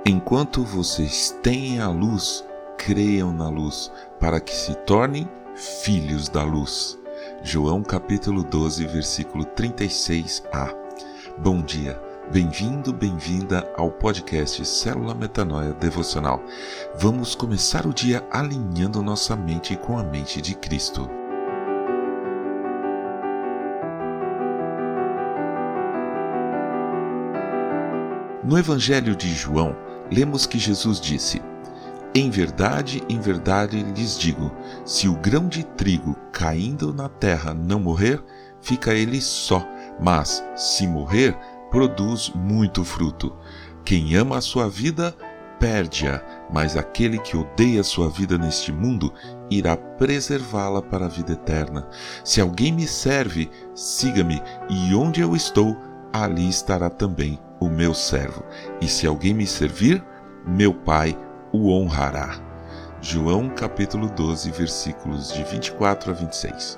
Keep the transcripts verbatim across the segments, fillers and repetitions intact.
Enquanto vocês têm a luz, creiam na luz, para que se tornem filhos da luz. João capítulo doze, versículo trinta e seis a. Bom dia, bem-vindo, bem-vinda ao podcast Célula Metanoia Devocional. Vamos começar o dia alinhando nossa mente com a mente de Cristo. No Evangelho de João, lemos que Jesus disse: Em verdade, em verdade lhes digo, se o grão de trigo caindo na terra não morrer, fica ele só, mas, se morrer, produz muito fruto. Quem ama a sua vida, perde-a, mas aquele que odeia a sua vida neste mundo, irá preservá-la para a vida eterna. Se alguém me serve, siga-me, e onde eu estou, ali estará também o meu servo. E se alguém me servir, meu Pai o honrará. João capítulo doze, versículos de vinte e quatro a vinte e seis.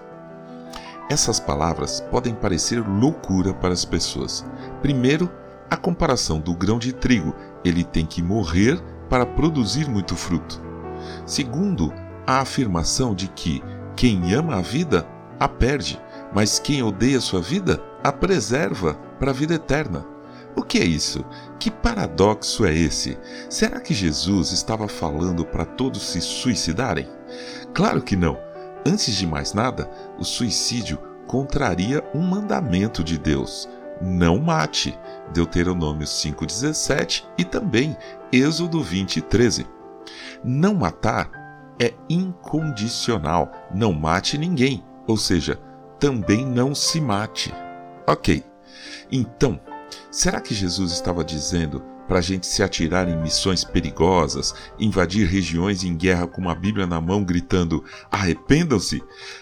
Essas palavras podem parecer loucura para as pessoas. Primeiro, a comparação do grão de trigo. Ele tem que morrer para produzir muito fruto. Segundo, a afirmação de que quem ama a vida, a perde, mas quem odeia sua vida, a preserva para a vida eterna. O que é isso? Que paradoxo é esse? Será que Jesus estava falando para todos se suicidarem? Claro que não. Antes de mais nada, o suicídio contraria um mandamento de Deus. Não mate. Deuteronômio cinco, dezessete e também Êxodo vinte, treze. Não matar é incondicional. Não mate ninguém. Ou seja, também não se mate. Ok. Então, será que Jesus estava dizendo para a gente se atirar em missões perigosas, invadir regiões em guerra com uma Bíblia na mão gritando arrependam-se?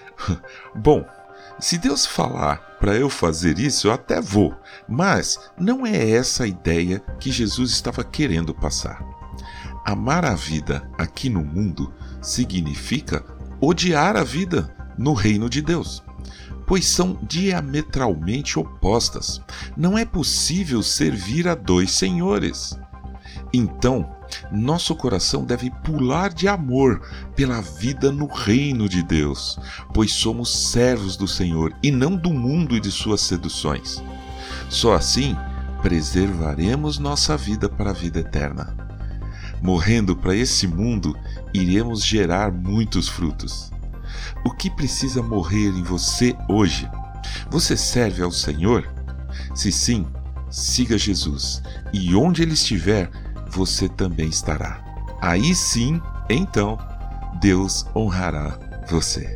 Bom, se Deus falar para eu fazer isso, eu até vou, mas não é essa a ideia que Jesus estava querendo passar. Amar a vida aqui no mundo significa odiar a vida no reino de Deus, pois são diametralmente opostas. Não é possível servir a dois senhores. Então, nosso coração deve pular de amor pela vida no reino de Deus, pois somos servos do Senhor e não do mundo e de suas seduções. Só assim, preservaremos nossa vida para a vida eterna. Morrendo para esse mundo, iremos gerar muitos frutos. O que precisa morrer em você hoje? Você serve ao Senhor? Se sim, siga Jesus, e onde Ele estiver, você também estará. Aí sim, então, Deus honrará você.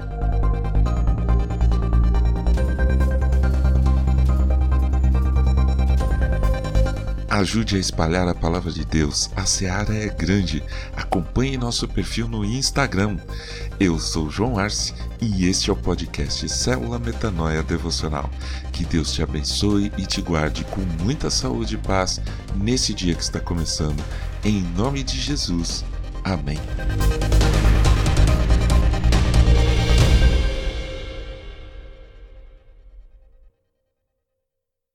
Ajude a espalhar a palavra de Deus. A seara é grande. Acompanhe nosso perfil no Instagram. Eu sou João Arce e este é o podcast Célula Metanoia Devocional. Que Deus te abençoe e te guarde com muita saúde e paz nesse dia que está começando. Em nome de Jesus. Amém.